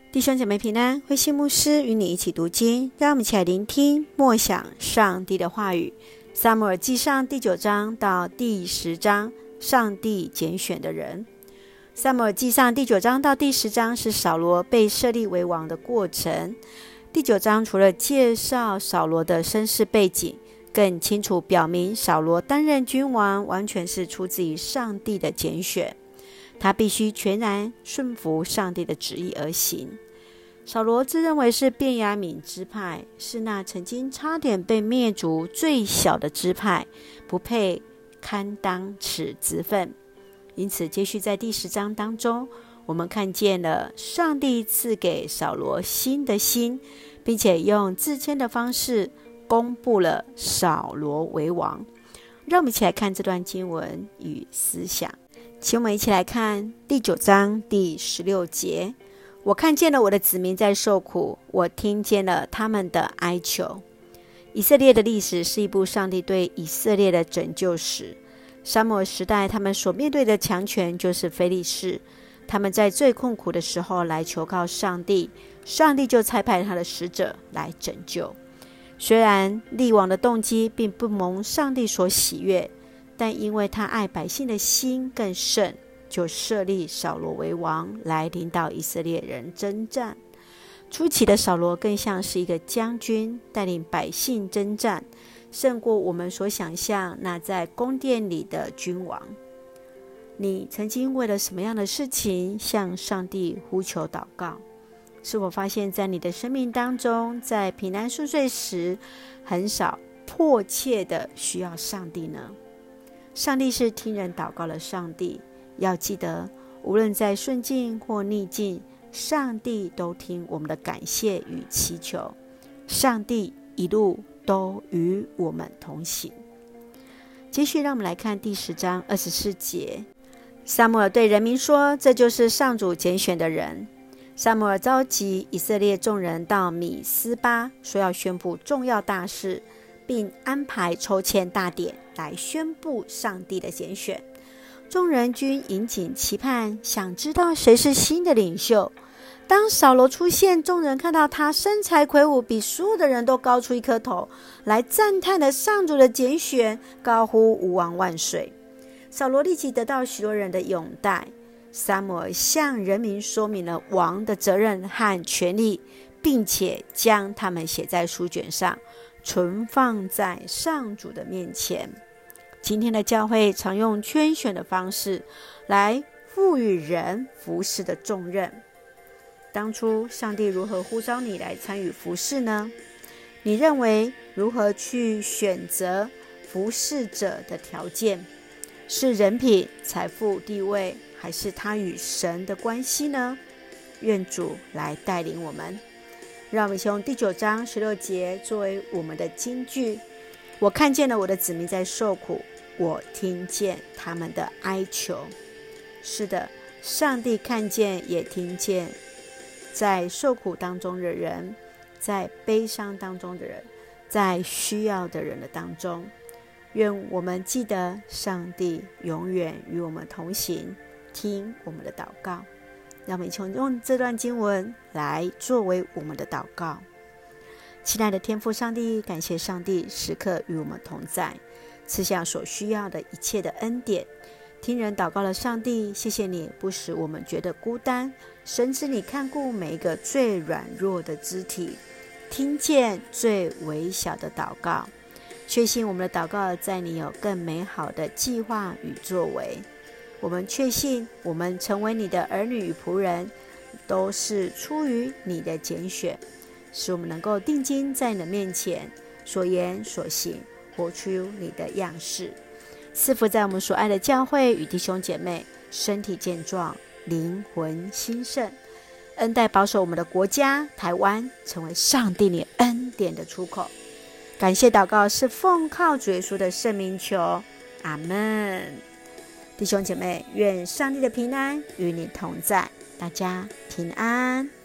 弟兄姐妹平安，慧馨牧师与你一起读经，让我们一起来聆听默想上帝的话语。撒母耳记上第9章到第10章，上帝拣选的人。撒母耳记上第9章到第10章是扫罗被设立为王的过程。第9章除了介绍扫罗的身世背景，更清楚表明扫罗担任君王完全是出自于上帝的拣选，他必须全然顺服上帝的旨意而行。扫罗自认为是便雅悯支派，是那曾经差点被灭族最小的支派，不配堪当此职分。因此接续在第10章当中，我们看见了上帝赐给扫罗新的心，并且用自谦的方式公布了扫罗为王。让我们一起来看这段经文与思想。请我们一起来看第9章第16节。我看见了我的子民在受苦，我听见了他们的哀求。以色列的历史是一部上帝对以色列的拯救史。撒母耳时代，他们所面对的强权就是非利士，他们在最困苦的时候来求告上帝，上帝就差派他的使者来拯救。虽然立王的动机并不蒙上帝所喜悦，但因为他爱百姓的心更甚，就设立扫罗为王，来领导以色列人征战。初期的扫罗更像是一个将军，带领百姓征战，胜过我们所想象那在宫殿里的君王。你曾经为了什么样的事情向上帝呼求祷告？是否发现在你的生命当中，在平安顺遂时，很少迫切的需要上帝呢？上帝是听人祷告的上帝，要记得无论在顺境或逆境，上帝都听我们的感谢与祈求，上帝一路都与我们同行。继续让我们来看第10章24节。撒母耳对人民说，这就是上主拣选的人。撒母耳召集以色列众人到米斯巴，说要宣布重要大事，并安排抽签大典来宣布上帝的拣选。众人均引颈期盼，想知道谁是新的领袖。当扫罗出现，众人看到他身材魁梧，比所有的人都高出一颗头，来赞叹了上主的拣选，高呼吾王万岁。扫罗立即得到许多人的拥戴。撒母耳向人民说明了王的责任和权利，并且将他们写在书卷上，存放在上主的面前。今天的教会常用圈选的方式来赋予人服事的重任。当初上帝如何呼召你来参与服事呢？你认为如何去选择服事者的条件？是人品、财富、地位，还是他与神的关系呢？愿主来带领我们。让我们用第9章16节作为我们的金句。我看见了我的子民在受苦，我听见他们的哀求。是的，上帝看见也听见在受苦当中的人，在悲伤当中的人，在需要的人的当中。愿我们记得上帝永远与我们同行，听我们的祷告。让我们一起用这段经文来作为我们的祷告。亲爱的天父上帝，感谢上帝时刻与我们同在，赐下所需要的一切的恩典。听人祷告的上帝，谢谢你不使我们觉得孤单，深知你看顾每一个最软弱的肢体，听见最微小的祷告，确信我们的祷告在你有更美好的计划与作为。我们确信我们成为你的儿女与仆人，都是出于你的拣选，使我们能够定睛在你的面前，所言所行活出你的样式。赐福在我们所爱的教会与弟兄姐妹，身体健壮，灵魂兴盛，恩待保守我们的国家台湾，成为上帝你恩典的出口。感谢祷告是奉靠主耶稣的圣名求，阿们。弟兄姐妹，愿上帝的平安与你同在，大家平安。